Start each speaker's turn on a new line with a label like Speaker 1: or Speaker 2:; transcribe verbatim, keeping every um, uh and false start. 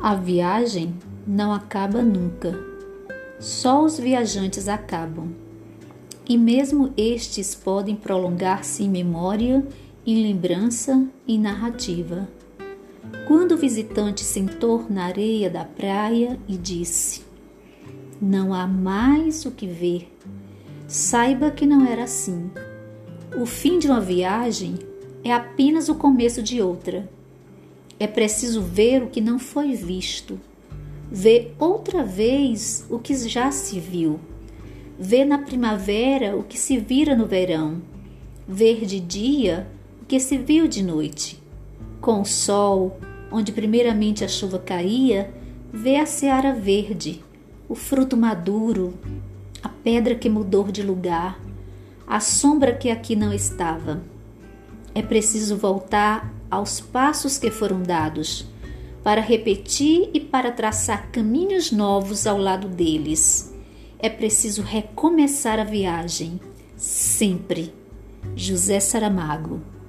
Speaker 1: A viagem não acaba nunca. Só os viajantes acabam. E mesmo estes podem prolongar-se em memória, em lembrança e narrativa. Quando o visitante sentou na areia da praia e disse: "Não há mais o que ver", saiba que não era assim. O fim de uma viagem é apenas o começo de outra. É preciso ver o que não foi visto, ver outra vez o que já se viu, ver na primavera o que se vira no verão, ver de dia o que se viu de noite. Com o sol, onde primeiramente a chuva caía, ver a seara verde, o fruto maduro, a pedra que mudou de lugar, a sombra que aqui não estava. É preciso voltar aos passos que foram dados, para repetir e para traçar caminhos novos ao lado deles. É preciso recomeçar a viagem, sempre. José Saramago.